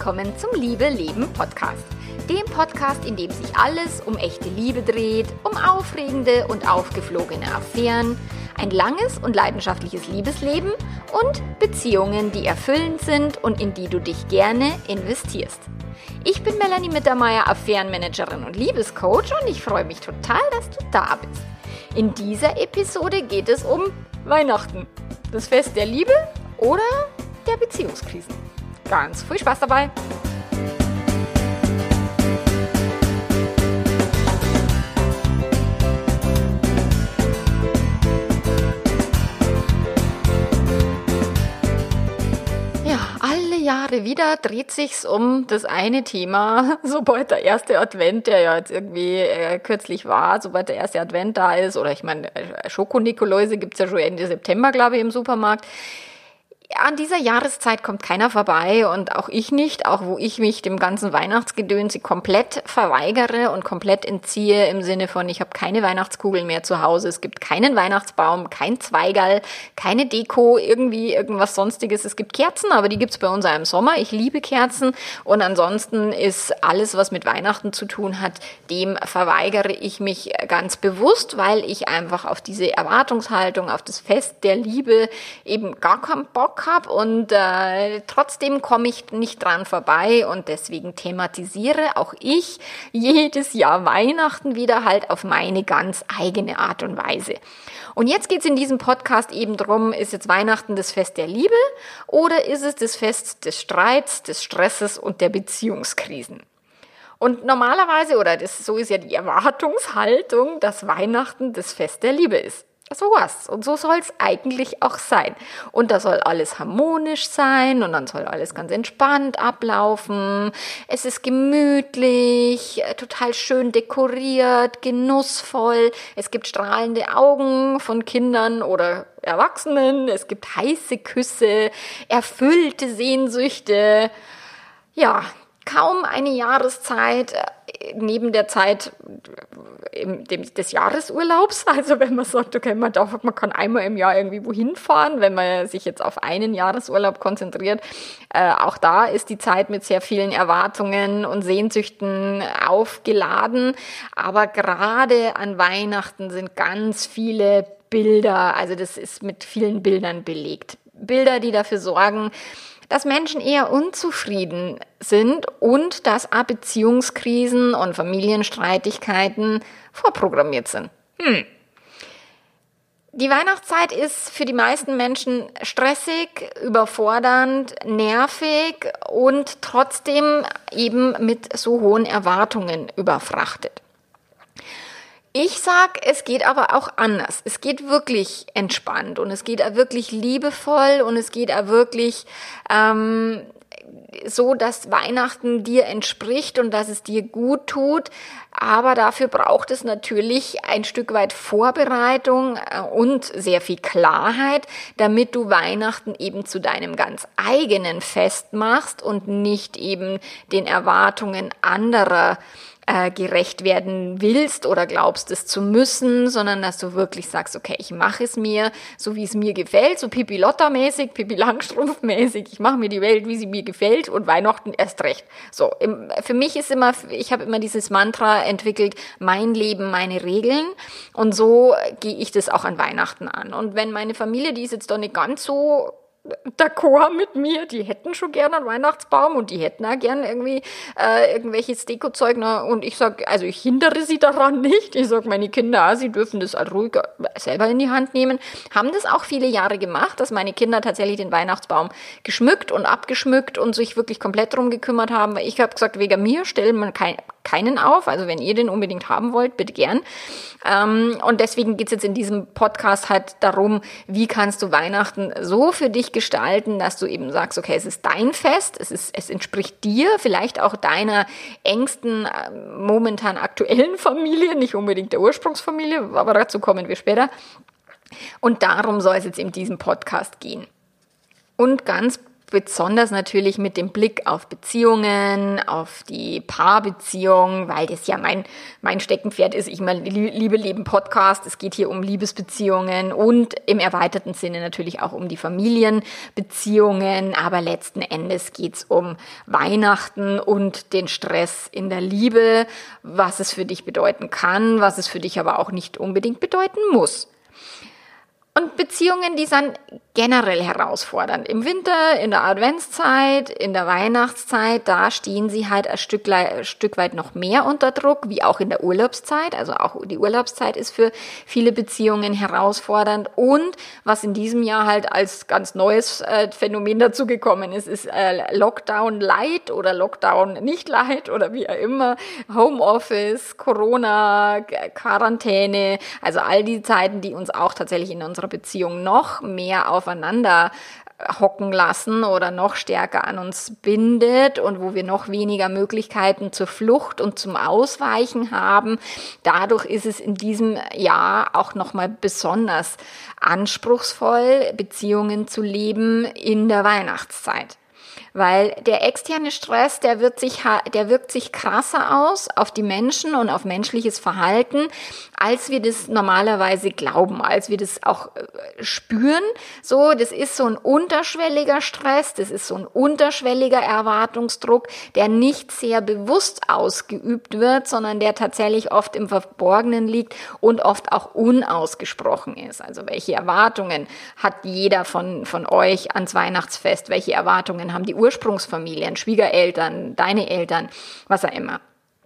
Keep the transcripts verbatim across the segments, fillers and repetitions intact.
willkommen zum Liebe-Leben-Podcast. Dem Podcast, in dem sich alles um echte Liebe dreht, um aufregende und aufgeflogene Affären, ein langes und leidenschaftliches Liebesleben und Beziehungen, die erfüllend sind und in die du dich gerne investierst. Ich bin Melanie Mittermeier, Affärenmanagerin und Liebescoach und ich freue mich total, dass du da bist. In dieser Episode geht es um Weihnachten, das Fest der Liebe oder der Beziehungskrisen. Ganz viel Spaß dabei! Jahre wieder dreht sich's um das eine Thema, sobald der erste Advent, der ja jetzt irgendwie äh, kürzlich war, sobald der erste Advent da ist, oder ich meine, äh, Schoko-Nikoläuse gibt's ja schon Ende September, glaube ich, im Supermarkt. An dieser Jahreszeit kommt keiner vorbei und auch ich nicht, auch wo ich mich dem ganzen Weihnachtsgedöns komplett verweigere und komplett entziehe im Sinne von, ich habe keine Weihnachtskugeln mehr zu Hause, es gibt keinen Weihnachtsbaum, kein Zweigerl, keine Deko, irgendwie irgendwas Sonstiges. Es gibt Kerzen, aber die gibt's bei uns auch im Sommer. Ich liebe Kerzen und ansonsten ist alles, was mit Weihnachten zu tun hat, dem verweigere ich mich ganz bewusst, weil ich einfach auf diese Erwartungshaltung, auf das Fest der Liebe eben gar keinen Bock habe und äh, trotzdem komme ich nicht dran vorbei und deswegen thematisiere auch ich jedes Jahr Weihnachten wieder halt auf meine ganz eigene Art und Weise. Und jetzt geht es in diesem Podcast eben drum, ist jetzt Weihnachten das Fest der Liebe oder ist es das Fest des Streits, des Stresses und der Beziehungskrisen? Und normalerweise, oder das, so ist ja die Erwartungshaltung, dass Weihnachten das Fest der Liebe ist. So was. Und so soll es eigentlich auch sein. Und da soll alles harmonisch sein und dann soll alles ganz entspannt ablaufen. Es ist gemütlich, total schön dekoriert, genussvoll. Es gibt strahlende Augen von Kindern oder Erwachsenen. Es gibt heiße Küsse, erfüllte Sehnsüchte. Ja, kaum eine Jahreszeit neben der Zeit des Jahresurlaubs, also wenn man sagt, okay, man, darf, man kann einmal im Jahr irgendwie wohin fahren, wenn man sich jetzt auf einen Jahresurlaub konzentriert, äh, auch da ist die Zeit mit sehr vielen Erwartungen und Sehnsüchten aufgeladen, aber gerade an Weihnachten sind ganz viele Bilder, also das ist mit vielen Bildern belegt. Bilder, die dafür sorgen, dass Menschen eher unzufrieden sind und dass auch Beziehungskrisen und Familienstreitigkeiten vorprogrammiert sind. Hm. Die Weihnachtszeit ist für die meisten Menschen stressig, überfordernd, nervig und trotzdem eben mit so hohen Erwartungen überfrachtet. Ich sag, es geht aber auch anders. Es geht wirklich entspannt und es geht auch wirklich liebevoll und es geht auch wirklich ähm, so, dass Weihnachten dir entspricht und dass es dir gut tut. Aber dafür braucht es natürlich ein Stück weit Vorbereitung und sehr viel Klarheit, damit du Weihnachten eben zu deinem ganz eigenen Fest machst und nicht eben den Erwartungen anderer gerecht werden willst oder glaubst es zu müssen, sondern dass du wirklich sagst, okay, ich mache es mir, so wie es mir gefällt, so Pippi Lotta-mäßig, Pippi Langstrumpf-mäßig, ich mache mir die Welt, wie sie mir gefällt und Weihnachten erst recht. So, im, für mich ist immer, ich habe immer dieses Mantra entwickelt, mein Leben, meine Regeln und so gehe ich das auch an Weihnachten an. Und wenn meine Familie, die ist jetzt doch nicht ganz so d'accord mit mir, die hätten schon gerne einen Weihnachtsbaum und die hätten auch gerne irgendwie äh, irgendwelches Dekozeug und ich sag, also ich hindere sie daran nicht, ich sag meine Kinder, sie dürfen das halt ruhig selber in die Hand nehmen, haben das auch viele Jahre gemacht, dass meine Kinder tatsächlich den Weihnachtsbaum geschmückt und abgeschmückt und sich wirklich komplett drum gekümmert haben, weil ich habe gesagt, wegen mir stellen wir kein keinen auf, also wenn ihr den unbedingt haben wollt, bitte gern. Ähm, und deswegen geht's jetzt in diesem Podcast halt darum, wie kannst du Weihnachten so für dich gestalten, dass du eben sagst, okay, es ist dein Fest, es ist, es entspricht dir, vielleicht auch deiner engsten, momentan aktuellen Familie, nicht unbedingt der Ursprungsfamilie, aber dazu kommen wir später. Und darum soll es jetzt in diesem Podcast gehen. Und ganz besonders natürlich mit dem Blick auf Beziehungen, auf die Paarbeziehung, weil das ja mein, mein Steckenpferd ist. Ich meine, Liebe Leben Podcast, es geht hier um Liebesbeziehungen und im erweiterten Sinne natürlich auch um die Familienbeziehungen, aber letzten Endes geht's um Weihnachten und den Stress in der Liebe, was es für dich bedeuten kann, was es für dich aber auch nicht unbedingt bedeuten muss. Und Beziehungen, die sind generell herausfordernd. Im Winter, in der Adventszeit, in der Weihnachtszeit, da stehen sie halt ein Stück, ein Stück weit noch mehr unter Druck, wie auch in der Urlaubszeit. Also auch die Urlaubszeit ist für viele Beziehungen herausfordernd. Und was in diesem Jahr halt als ganz neues äh, Phänomen dazugekommen ist, ist äh, Lockdown Light oder Lockdown nicht Light oder wie auch immer. Homeoffice, Corona, Quarantäne, also all die Zeiten, die uns auch tatsächlich in unserer Beziehung noch mehr aufeinander hocken lassen oder noch stärker an uns bindet und wo wir noch weniger Möglichkeiten zur Flucht und zum Ausweichen haben. Dadurch ist es in diesem Jahr auch nochmal besonders anspruchsvoll, Beziehungen zu leben in der Weihnachtszeit. Weil der externe Stress, der wird sich, der wirkt sich krasser aus auf die Menschen und auf menschliches Verhalten, als wir das normalerweise glauben, als wir das auch spüren. So, das ist so ein unterschwelliger Stress, das ist so ein unterschwelliger Erwartungsdruck, der nicht sehr bewusst ausgeübt wird, sondern der tatsächlich oft im Verborgenen liegt und oft auch unausgesprochen ist. Also welche Erwartungen hat jeder von, von euch ans Weihnachtsfest? Welche Erwartungen haben die Ursprungsfamilien, Schwiegereltern, deine Eltern, was auch immer.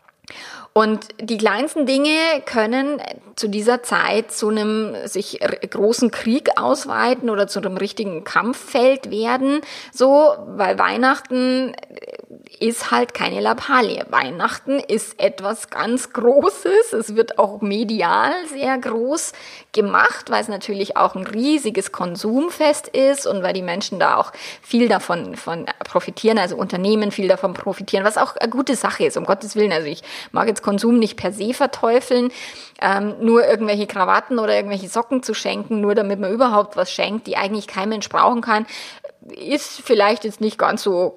Und die kleinsten Dinge können zu dieser Zeit zu einem sich großen Krieg ausweiten oder zu einem richtigen Kampffeld werden, so, weil Weihnachten ist halt keine Lappalie. Weihnachten ist etwas ganz Großes. Es wird auch medial sehr groß gemacht, weil es natürlich auch ein riesiges Konsumfest ist und weil die Menschen da auch viel davon von profitieren, also Unternehmen viel davon profitieren, was auch eine gute Sache ist, um Gottes Willen. Also ich mag jetzt Konsum nicht per se verteufeln, ähm, nur irgendwelche Krawatten oder irgendwelche Socken zu schenken, nur damit man überhaupt was schenkt, die eigentlich kein Mensch brauchen kann, ist vielleicht jetzt nicht ganz so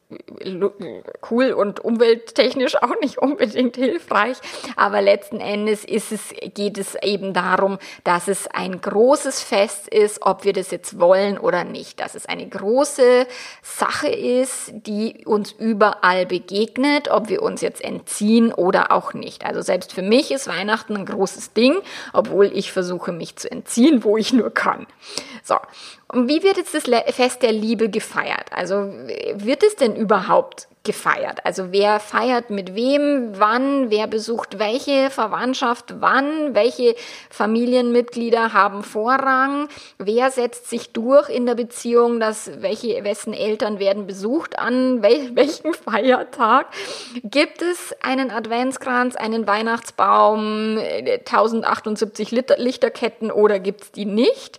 cool und umwelttechnisch auch nicht unbedingt hilfreich, aber letzten Endes ist es, geht es eben darum, dass es ein großes Fest ist, ob wir das jetzt wollen oder nicht, dass es eine große Sache ist, die uns überall begegnet, ob wir uns jetzt entziehen oder auch nicht. Also selbst für mich ist Weihnachten ein großes Ding, obwohl ich versuche, mich zu entziehen, wo ich nur kann. So. Und wie wird jetzt das Fest der Liebe gefeiert? Also wird es denn überhaupt gefeiert? Also wer feiert mit wem, wann, wer besucht welche Verwandtschaft, wann, welche Familienmitglieder haben Vorrang, wer setzt sich durch in der Beziehung, dass welche, wessen Eltern werden besucht an wel, welchem Feiertag? Gibt es einen Adventskranz, einen Weihnachtsbaum, tausendachtundsiebenzig Lichterketten oder gibt es die nicht?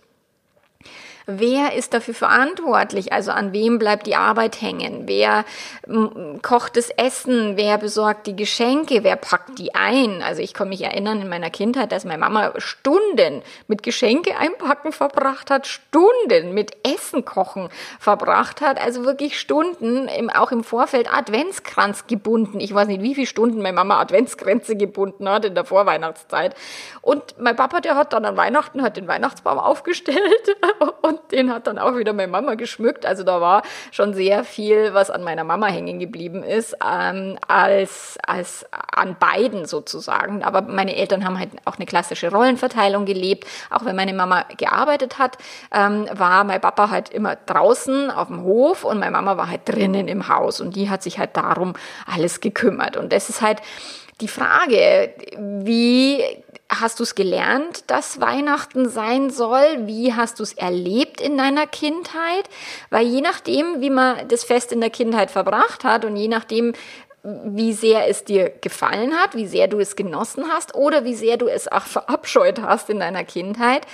Wer ist dafür verantwortlich? Also an wem bleibt die Arbeit hängen? Wer m, kocht das Essen? Wer besorgt die Geschenke? Wer packt die ein? Also ich kann mich erinnern in meiner Kindheit, dass meine Mama Stunden mit Geschenke einpacken verbracht hat, Stunden mit Essen kochen verbracht hat. Also wirklich Stunden, im, auch im Vorfeld Adventskranz gebunden. Ich weiß nicht, wie viele Stunden meine Mama Adventskränze gebunden hat in der Vorweihnachtszeit. Und mein Papa, der hat dann an Weihnachten hat den Weihnachtsbaum aufgestellt und Und den hat dann auch wieder meine Mama geschmückt. Also da war schon sehr viel, was an meiner Mama hängen geblieben ist, ähm, als, als an beiden sozusagen. Aber meine Eltern haben halt auch eine klassische Rollenverteilung gelebt. Auch wenn meine Mama gearbeitet hat, ähm, war mein Papa halt immer draußen auf dem Hof und meine Mama war halt drinnen im Haus. Und die hat sich halt darum alles gekümmert. Und das ist halt die Frage, wie hast du es gelernt, dass Weihnachten sein soll? Wie hast du es erlebt in deiner Kindheit? Weil je nachdem, wie man das Fest in der Kindheit verbracht hat und je nachdem, wie sehr es dir gefallen hat, wie sehr du es genossen hast oder wie sehr du es auch verabscheut hast in deiner Kindheit,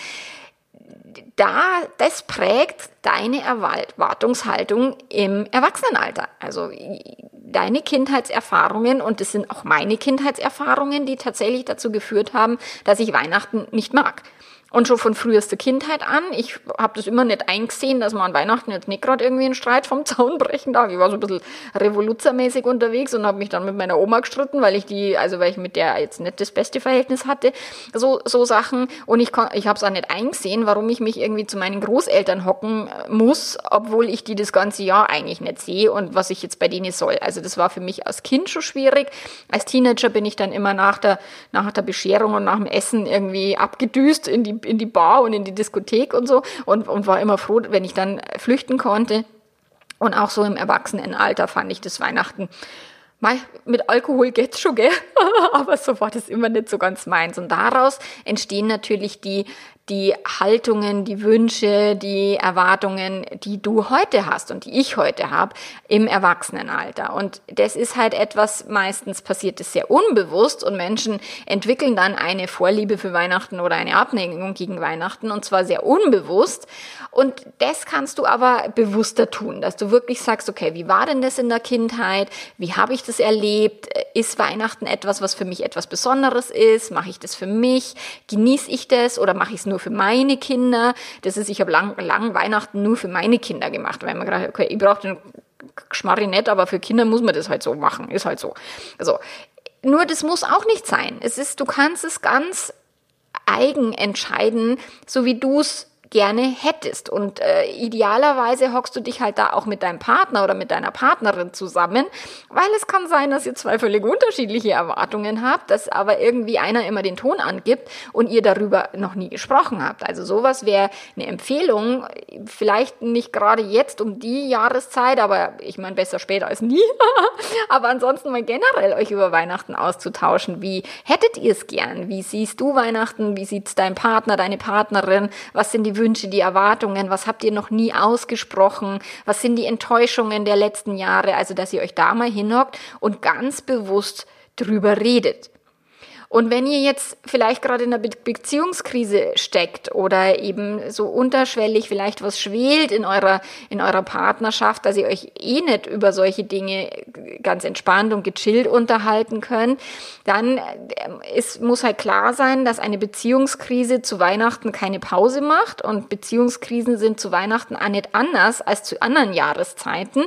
da, das prägt deine Erwartungshaltung im Erwachsenenalter. Also deine Kindheitserfahrungen, und das sind auch meine Kindheitserfahrungen, die tatsächlich dazu geführt haben, dass ich Weihnachten nicht mag. Und schon von frühester Kindheit an. Ich habe das immer nicht eingesehen, dass man an Weihnachten jetzt nicht gerade irgendwie einen Streit vom Zaun brechen darf. Ich war so ein bisschen revoluzermäßig unterwegs und habe mich dann mit meiner Oma gestritten, weil ich die, also weil ich mit der jetzt nicht das beste Verhältnis hatte. So so Sachen. Und ich kann, ich habe es auch nicht eingesehen, warum ich mich irgendwie zu meinen Großeltern hocken muss, obwohl ich die das ganze Jahr eigentlich nicht sehe und was ich jetzt bei denen soll. Also das war für mich als Kind schon schwierig. Als Teenager bin ich dann immer nach der, nach der Bescherung und nach dem Essen irgendwie abgedüst in die in die Bar und in die Diskothek und so und, und war immer froh, wenn ich dann flüchten konnte. Und auch so im Erwachsenenalter fand ich das Weihnachten, mei, mit Alkohol geht's schon, gell? Aber so war das immer nicht so ganz meins. Und daraus entstehen natürlich die die Haltungen, die Wünsche, die Erwartungen, die du heute hast und die ich heute habe im Erwachsenenalter. Und das ist halt etwas, meistens passiert es sehr unbewusst und Menschen entwickeln dann eine Vorliebe für Weihnachten oder eine Abneigung gegen Weihnachten und zwar sehr unbewusst. Und das kannst du aber bewusster tun, dass du wirklich sagst, okay, wie war denn das in der Kindheit? Wie habe ich das erlebt? Ist Weihnachten etwas, was für mich etwas Besonderes ist? Mache ich das für mich? Genieße ich das oder mache ich es nur für meine Kinder? Das ist, ich habe lang, lang Weihnachten nur für meine Kinder gemacht, weil man gedacht okay, ich brauche den Geschmarri nicht, aber für Kinder muss man das halt so machen, ist halt so. Also, nur das muss auch nicht sein. Es ist, du kannst es ganz eigen entscheiden, so wie du es gerne hättest. Und äh, idealerweise hockst du dich halt da auch mit deinem Partner oder mit deiner Partnerin zusammen, weil es kann sein, dass ihr zwei völlig unterschiedliche Erwartungen habt, dass aber irgendwie einer immer den Ton angibt und ihr darüber noch nie gesprochen habt. Also sowas wäre eine Empfehlung, vielleicht nicht gerade jetzt um die Jahreszeit, aber ich meine, besser später als nie, aber ansonsten mal generell euch über Weihnachten auszutauschen. Wie hättet ihr es gern? Wie siehst du Weihnachten? Wie sieht's dein Partner, deine Partnerin? Was sind die Wünsche, die Erwartungen, was habt ihr noch nie ausgesprochen, was sind die Enttäuschungen der letzten Jahre, also dass ihr euch da mal hinhockt und ganz bewusst drüber redet. Und wenn ihr jetzt vielleicht gerade in einer Be- Beziehungskrise steckt oder eben so unterschwellig vielleicht was schwelt in eurer, in eurer Partnerschaft, dass ihr euch eh nicht über solche Dinge ganz entspannt und gechillt unterhalten könnt, dann ist, muss halt klar sein, dass eine Beziehungskrise zu Weihnachten keine Pause macht und Beziehungskrisen sind zu Weihnachten auch nicht anders als zu anderen Jahreszeiten.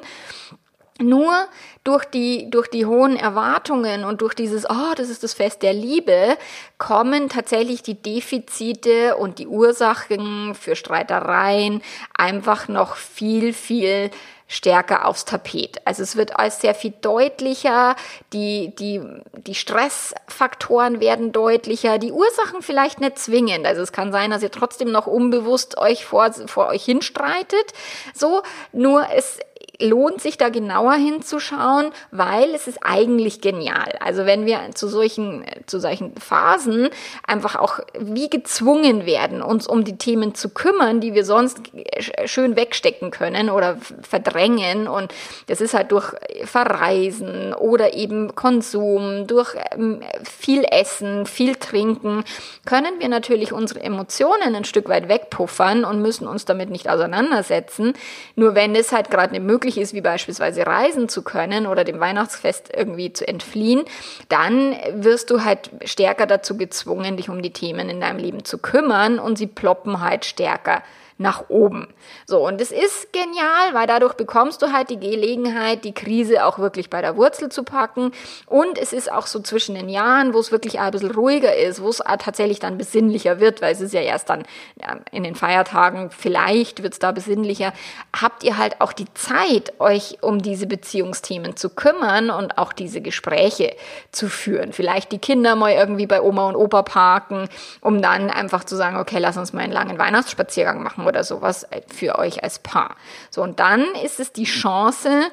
Nur durch die, durch die hohen Erwartungen und durch dieses, oh, das ist das Fest der Liebe, kommen tatsächlich die Defizite und die Ursachen für Streitereien einfach noch viel, viel stärker aufs Tapet. Also es wird alles sehr viel deutlicher, die, die, die Stressfaktoren werden deutlicher, die Ursachen vielleicht nicht zwingend. Also es kann sein, dass ihr trotzdem noch unbewusst euch vor, vor euch hinstreitet. So, nur es lohnt sich da genauer hinzuschauen, weil es ist eigentlich genial. Also wenn wir zu solchen, zu solchen Phasen einfach auch wie gezwungen werden, uns um die Themen zu kümmern, die wir sonst schön wegstecken können oder verdrängen, und das ist halt durch Verreisen oder eben Konsum, durch viel Essen, viel Trinken, können wir natürlich unsere Emotionen ein Stück weit wegpuffern und müssen uns damit nicht auseinandersetzen. Nur wenn es halt gerade eine Möglichkeit ist, wie beispielsweise reisen zu können oder dem Weihnachtsfest irgendwie zu entfliehen, dann wirst du halt stärker dazu gezwungen, dich um die Themen in deinem Leben zu kümmern, und sie ploppen halt stärker nach oben. So, und es ist genial, weil dadurch bekommst du halt die Gelegenheit, die Krise auch wirklich bei der Wurzel zu packen, und es ist auch so zwischen den Jahren, wo es wirklich ein bisschen ruhiger ist, wo es tatsächlich dann besinnlicher wird, weil es ist ja erst dann ja, in den Feiertagen, vielleicht wird es da besinnlicher, habt ihr halt auch die Zeit, euch um diese Beziehungsthemen zu kümmern und auch diese Gespräche zu führen. Vielleicht die Kinder mal irgendwie bei Oma und Opa parken, um dann einfach zu sagen, okay, lass uns mal einen langen Weihnachtsspaziergang machen oder sowas für euch als Paar. So, und dann ist es die Chance,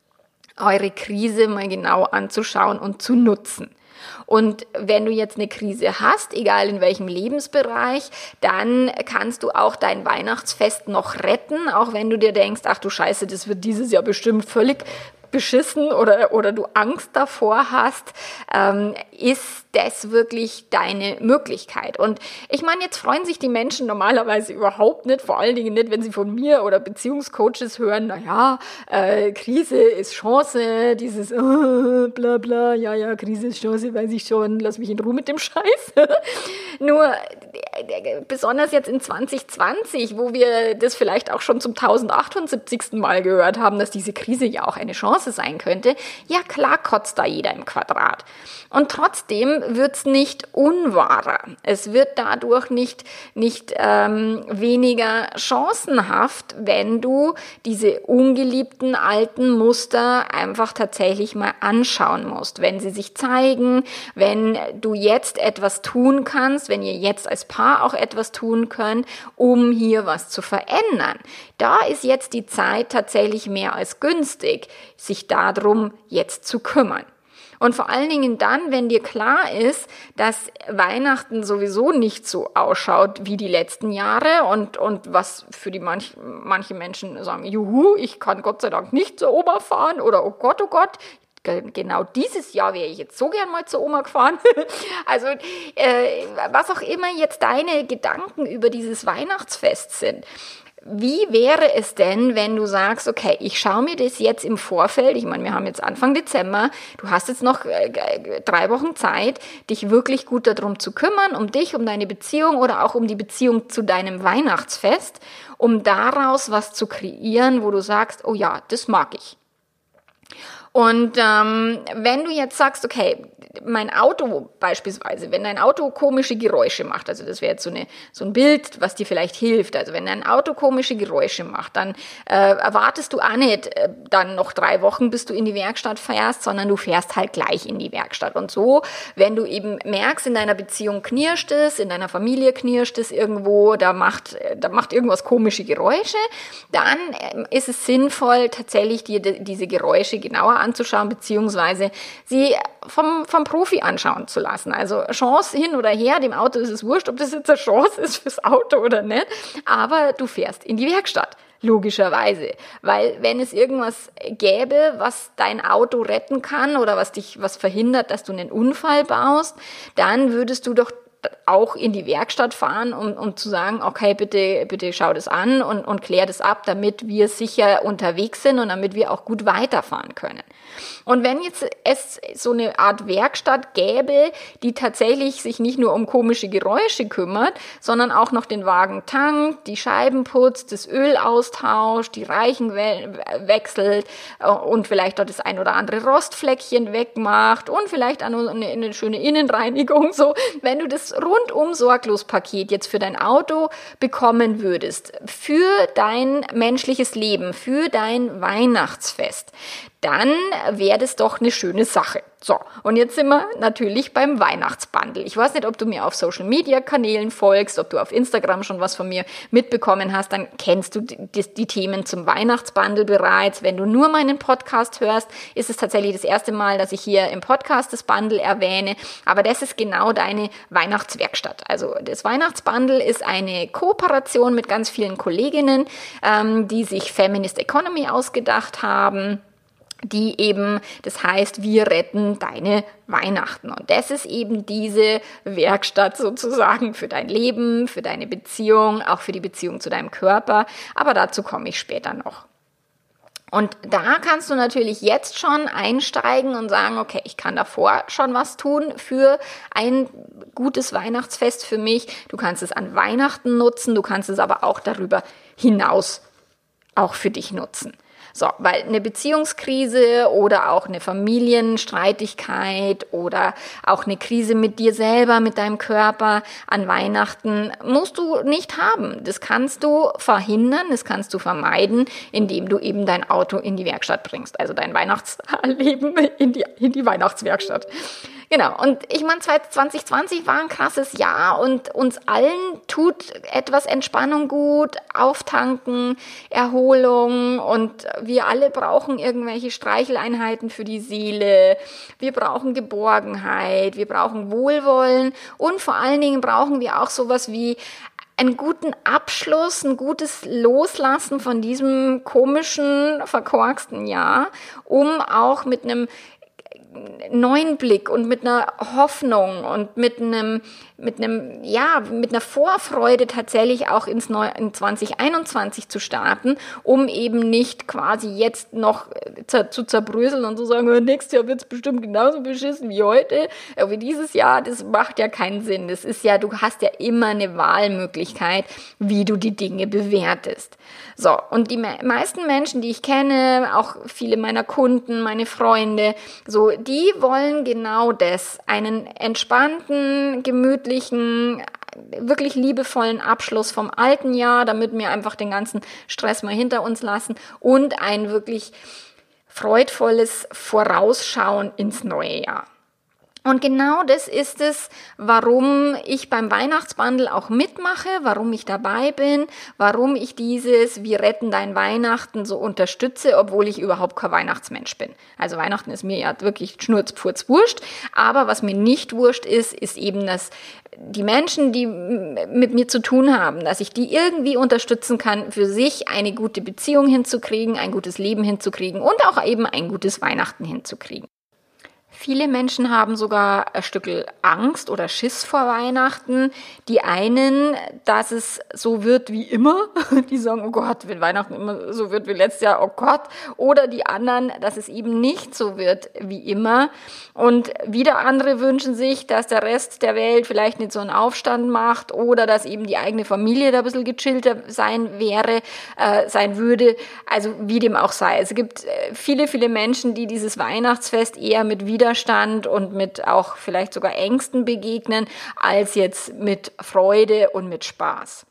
eure Krise mal genau anzuschauen und zu nutzen. Und wenn du jetzt eine Krise hast, egal in welchem Lebensbereich, dann kannst du auch dein Weihnachtsfest noch retten, auch wenn du dir denkst, ach du Scheiße, das wird dieses Jahr bestimmt völlig beschissen oder, oder du Angst davor hast, ähm, ist das wirklich deine Möglichkeit? Und ich meine, jetzt freuen sich die Menschen normalerweise überhaupt nicht, vor allen Dingen nicht, wenn sie von mir oder Beziehungscoaches hören, naja, äh, Krise ist Chance, dieses äh, bla bla, ja, ja, Krise ist Chance, weiß ich schon, lass mich in Ruhe mit dem Scheiß. Nur besonders jetzt in zwanzig zwanzig, wo wir das vielleicht auch schon zum tausendachthundertsiebzigsten Mal gehört haben, dass diese Krise ja auch eine Chance sein könnte, ja klar kotzt da jeder im Quadrat. Und trotzdem wird's nicht unwahrer. Es wird dadurch nicht, nicht ähm, weniger chancenhaft, wenn du diese ungeliebten alten Muster einfach tatsächlich mal anschauen musst. Wenn sie sich zeigen, wenn du jetzt etwas tun kannst, wenn ihr jetzt als Paar auch etwas tun könnt, um hier was zu verändern. Da ist jetzt die Zeit tatsächlich mehr als günstig, sich darum jetzt zu kümmern. Und vor allen Dingen dann, wenn dir klar ist, dass Weihnachten sowieso nicht so ausschaut wie die letzten Jahre und, und was für die manch, manche Menschen sagen, juhu, ich kann Gott sei Dank nicht zur Oma fahren oder oh Gott, oh Gott, genau dieses Jahr wäre ich jetzt so gern mal zur Oma gefahren. Also äh, was auch immer jetzt deine Gedanken über dieses Weihnachtsfest sind. Wie wäre es denn, wenn du sagst, okay, ich schaue mir das jetzt im Vorfeld, ich meine, wir haben jetzt Anfang Dezember, du hast jetzt noch äh, drei Wochen Zeit, dich wirklich gut darum zu kümmern, um dich, um deine Beziehung oder auch um die Beziehung zu deinem Weihnachtsfest, um daraus was zu kreieren, wo du sagst, oh ja, das mag ich. Und ähm, wenn du jetzt sagst, okay, mein Auto beispielsweise, wenn dein Auto komische Geräusche macht, also das wäre jetzt so, eine, so ein Bild, was dir vielleicht hilft, also wenn dein Auto komische Geräusche macht, dann äh, erwartest du auch nicht äh, dann noch drei Wochen, bis du in die Werkstatt fährst, sondern du fährst halt gleich in die Werkstatt. Und so, wenn du eben merkst, in deiner Beziehung knirscht es, in deiner Familie knirscht es irgendwo, da macht, da macht irgendwas komische Geräusche, dann äh, ist es sinnvoll, tatsächlich dir de, diese Geräusche genauer anzuschauen, beziehungsweise sie vom, vom Profi anschauen zu lassen. Also Chance hin oder her, dem Auto ist es wurscht, ob das jetzt eine Chance ist fürs Auto oder nicht, aber du fährst in die Werkstatt. Logischerweise, weil wenn es irgendwas gäbe, was dein Auto retten kann oder was dich, was verhindert, dass du einen Unfall baust, dann würdest du doch auch in die Werkstatt fahren, um, um zu sagen, okay, bitte, bitte schau das an und, und klär das ab, damit wir sicher unterwegs sind und damit wir auch gut weiterfahren können. Und wenn jetzt es so eine Art Werkstatt gäbe, die tatsächlich sich nicht nur um komische Geräusche kümmert, sondern auch noch den Wagen tankt, die Scheiben putzt, das Öl austauscht, die Reichen we- wechselt und vielleicht dort das ein oder andere Rostfleckchen wegmacht und vielleicht auch eine, eine schöne Innenreinigung, so, wenn du das rundum Sorglos-Paket jetzt für dein Auto bekommen würdest, für dein menschliches Leben, für dein Weihnachtsfest, dann wäre das doch eine schöne Sache. So, und jetzt sind wir natürlich beim Weihnachtsbundle. Ich weiß nicht, ob du mir auf Social-Media-Kanälen folgst, ob du auf Instagram schon was von mir mitbekommen hast, dann kennst du die, die Themen zum Weihnachtsbundle bereits. Wenn du nur meinen Podcast hörst, ist es tatsächlich das erste Mal, dass ich hier im Podcast das Bundle erwähne, aber das ist genau deine Weihnachtswerkstatt. Also das Weihnachtsbundle ist eine Kooperation mit ganz vielen Kolleginnen, ähm, die sich Feminist Economy ausgedacht haben, die eben, das heißt, wir retten deine Weihnachten. Und das ist eben diese Werkstatt sozusagen für dein Leben, für deine Beziehung, auch für die Beziehung zu deinem Körper. Aber dazu komme ich später noch. Und da kannst du natürlich jetzt schon einsteigen und sagen, okay, ich kann davor schon was tun für ein gutes Weihnachtsfest für mich. Du kannst es an Weihnachten nutzen, du kannst es aber auch darüber hinaus auch für dich nutzen. So, weil eine Beziehungskrise oder auch eine Familienstreitigkeit oder auch eine Krise mit dir selber, mit deinem Körper an Weihnachten musst du nicht haben. Das kannst du verhindern, das kannst du vermeiden, indem du eben dein Auto in die Werkstatt bringst. Also dein Weihnachtsleben in die, in die Weihnachtswerkstatt. Genau, und ich meine, zwanzig zwanzig war ein krasses Jahr und uns allen tut etwas Entspannung gut, Auftanken, Erholung und wir alle brauchen irgendwelche Streicheleinheiten für die Seele, wir brauchen Geborgenheit, wir brauchen Wohlwollen und vor allen Dingen brauchen wir auch sowas wie einen guten Abschluss, ein gutes Loslassen von diesem komischen, verkorksten Jahr, um auch mit einem neuen Blick und mit einer Hoffnung und mit einem, mit einem, ja, mit einer Vorfreude tatsächlich auch ins Neu- in zwanzig einundzwanzig zu starten, um eben nicht quasi jetzt noch zer- zu zerbröseln und zu sagen, nächstes Jahr wird es bestimmt genauso beschissen wie heute, äh, wie dieses Jahr. Das macht ja keinen Sinn. Das ist ja, du hast ja immer eine Wahlmöglichkeit, wie du die Dinge bewertest. So, und die me- meisten Menschen, die ich kenne, auch viele meiner Kunden, meine Freunde, so, die wollen genau das, einen entspannten, gemütlichen, wirklich liebevollen Abschluss vom alten Jahr, damit wir einfach den ganzen Stress mal hinter uns lassen und ein wirklich freudvolles Vorausschauen ins neue Jahr. Und genau das ist es, warum ich beim Weihnachtsbundle auch mitmache, warum ich dabei bin, warum ich dieses Wir retten dein Weihnachten so unterstütze, obwohl ich überhaupt kein Weihnachtsmensch bin. Also Weihnachten ist mir ja wirklich schnurzpfurz wurscht, aber was mir nicht wurscht ist, ist eben, dass die Menschen, die mit mir zu tun haben, dass ich die irgendwie unterstützen kann, für sich eine gute Beziehung hinzukriegen, ein gutes Leben hinzukriegen und auch eben ein gutes Weihnachten hinzukriegen. Viele Menschen haben sogar ein Stückel Angst oder Schiss vor Weihnachten. Die einen, dass es so wird wie immer. Die sagen, oh Gott, wenn Weihnachten immer so wird wie letztes Jahr, oh Gott. Oder die anderen, dass es eben nicht so wird wie immer. Und wieder andere wünschen sich, dass der Rest der Welt vielleicht nicht so einen Aufstand macht oder dass eben die eigene Familie da ein bisschen gechillter sein wäre, äh, sein würde. Also wie dem auch sei. Es gibt viele, viele Menschen, die dieses Weihnachtsfest eher mit Widerstand und mit auch vielleicht sogar Ängsten begegnen, als jetzt mit Freude und mit Spaß.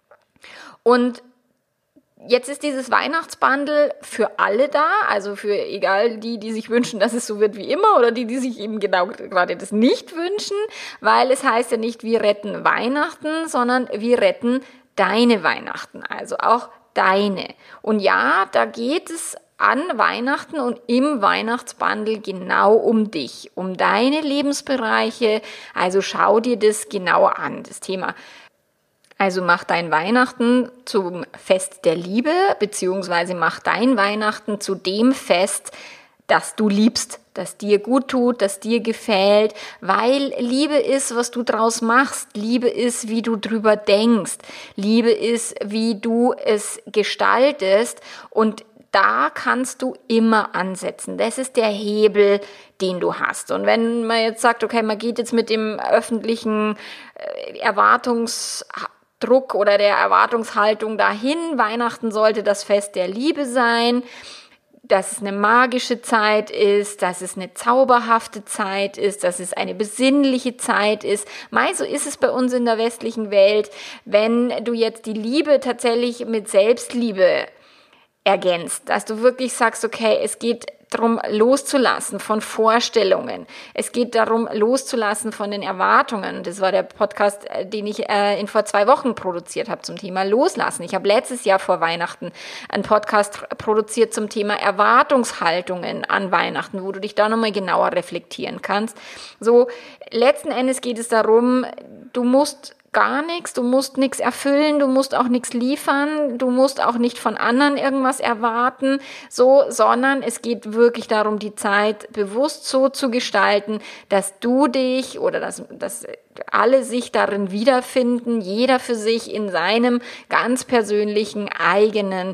Und jetzt ist dieses Weihnachtsbundle für alle da, also für egal die, die sich wünschen, dass es so wird wie immer oder die, die sich eben genau gerade das nicht wünschen, weil es heißt ja nicht, wir retten Weihnachten, sondern wir retten deine Weihnachten, also auch deine. Und ja, da geht es an Weihnachten und im Weihnachtsbundle genau um dich, um deine Lebensbereiche. Also schau dir das genauer an, das Thema. Also mach dein Weihnachten zum Fest der Liebe, beziehungsweise mach dein Weihnachten zu dem Fest, das du liebst, das dir gut tut, das dir gefällt, weil Liebe ist, was du draus machst. Liebe ist, wie du drüber denkst. Liebe ist, wie du es gestaltest und da kannst du immer ansetzen. Das ist der Hebel, den du hast. Und wenn man jetzt sagt, okay, man geht jetzt mit dem öffentlichen Erwartungsdruck oder der Erwartungshaltung dahin, Weihnachten sollte das Fest der Liebe sein, dass es eine magische Zeit ist, dass es eine zauberhafte Zeit ist, dass es eine besinnliche Zeit ist. Mei, so ist es bei uns in der westlichen Welt. Wenn du jetzt die Liebe tatsächlich mit Selbstliebe ergänzt, dass du wirklich sagst, okay, es geht darum loszulassen von Vorstellungen. Es geht darum loszulassen von den Erwartungen. Das war der Podcast, den ich äh, in vor zwei Wochen produziert habe zum Thema Loslassen. Ich habe letztes Jahr vor Weihnachten einen Podcast produziert zum Thema Erwartungshaltungen an Weihnachten, wo du dich da nochmal genauer reflektieren kannst. So, letzten Endes geht es darum, du musst gar nichts, du musst nichts erfüllen, du musst auch nichts liefern, du musst auch nicht von anderen irgendwas erwarten, so, sondern es geht wirklich darum, die Zeit bewusst so zu gestalten, dass du dich oder dass, dass alle sich darin wiederfinden, jeder für sich in seinem ganz persönlichen eigenen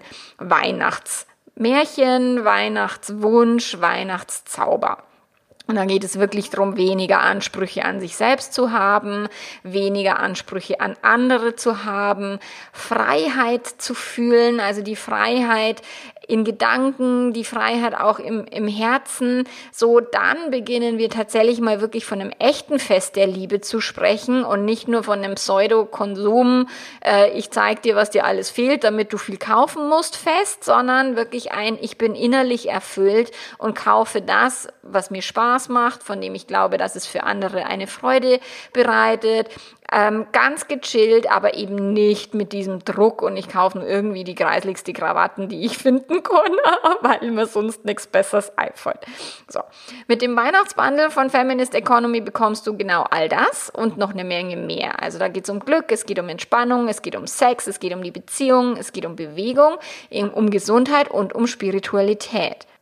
Weihnachtsmärchen, Weihnachtswunsch, Weihnachtszauber. Und dann geht es wirklich darum, weniger Ansprüche an sich selbst zu haben, weniger Ansprüche an andere zu haben, Freiheit zu fühlen, also die Freiheit in Gedanken, die Freiheit auch im, im Herzen. So, dann beginnen wir tatsächlich mal wirklich von einem echten Fest der Liebe zu sprechen und nicht nur von einem Pseudo-Konsum, äh, ich zeig dir, was dir alles fehlt, damit du viel kaufen musst, Fest, sondern wirklich ein, ich bin innerlich erfüllt und kaufe das, was mir Spaß macht, von dem ich glaube, dass es für andere eine Freude bereitet. Ähm, ganz gechillt, aber eben nicht mit diesem Druck und ich kaufe nur irgendwie die greisligste Krawatten, die ich finden kann, weil mir sonst nichts Besseres einfällt. So. Mit dem Weihnachtsbundle von Feminist Economy bekommst du genau all das und noch eine Menge mehr. Also da geht es um Glück, es geht um Entspannung, es geht um Sex, es geht um die Beziehung, es geht um Bewegung, um Gesundheit und um Spiritualität.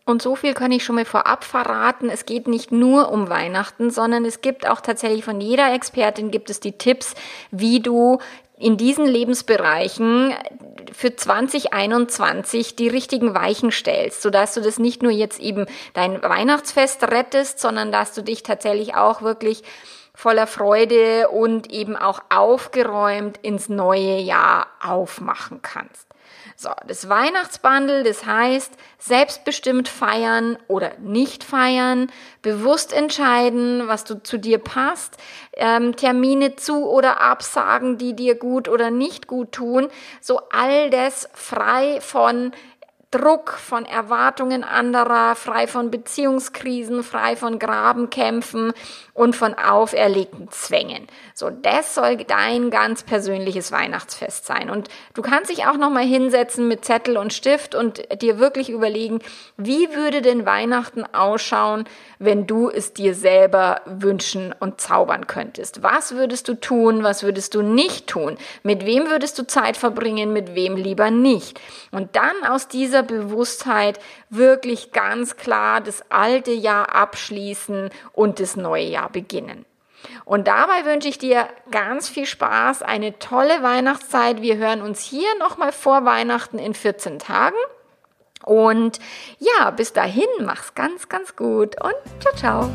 Und so viel kann ich schon mal vorab verraten. Es geht nicht nur um Weihnachten, sondern es gibt auch tatsächlich von jeder Expertin gibt es die Tipps, wie du in diesen Lebensbereichen für zwanzig einundzwanzig die richtigen Weichen stellst, sodass du das nicht nur jetzt eben dein Weihnachtsfest rettest, sondern dass du dich tatsächlich auch wirklich voller Freude und eben auch aufgeräumt ins neue Jahr aufmachen kannst. So, das Weihnachtsbundle, das heißt, selbstbestimmt feiern oder nicht feiern, bewusst entscheiden, was du zu dir passt, ähm, Termine zu- oder absagen, die dir gut oder nicht gut tun, so all das frei von Druck, von Erwartungen anderer, frei von Beziehungskrisen, frei von Grabenkämpfen und von auferlegten Zwängen. So, das soll dein ganz persönliches Weihnachtsfest sein. Und du kannst dich auch nochmal hinsetzen mit Zettel und Stift und dir wirklich überlegen, wie würde denn Weihnachten ausschauen, wenn du es dir selber wünschen und zaubern könntest? Was würdest du tun? Was würdest du nicht tun? Mit wem würdest du Zeit verbringen? Mit wem lieber nicht? Und dann aus dieser Bewusstheit wirklich ganz klar das alte Jahr abschließen und das neue Jahr beginnen. Und dabei wünsche ich dir ganz viel Spaß, eine tolle Weihnachtszeit. Wir hören uns hier nochmal vor Weihnachten in vierzehn Tagen. Und ja, bis dahin, mach's ganz, ganz gut und ciao, ciao.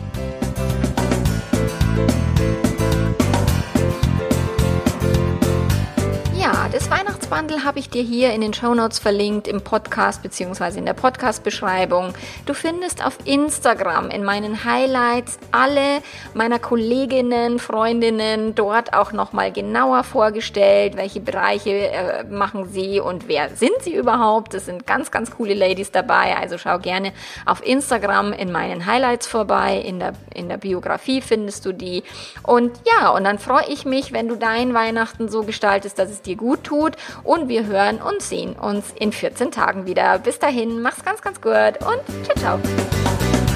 Ja, das Weihnachtsbundle habe ich dir hier in den Shownotes verlinkt, im Podcast bzw. in der Podcast-Beschreibung. Du findest auf Instagram in meinen Highlights alle meiner Kolleginnen, Freundinnen dort auch nochmal genauer vorgestellt, welche Bereiche äh, machen sie und wer sind sie überhaupt. Das sind ganz, ganz coole Ladies dabei, also schau gerne auf Instagram in meinen Highlights vorbei, in der, in der Biografie findest du die. Und ja, und dann freue ich mich, wenn du dein Weihnachten so gestaltest, dass es dir gut tut und wir hören und sehen uns in vierzehn Tagen wieder. Bis dahin, mach's ganz, ganz gut und ciao, ciao.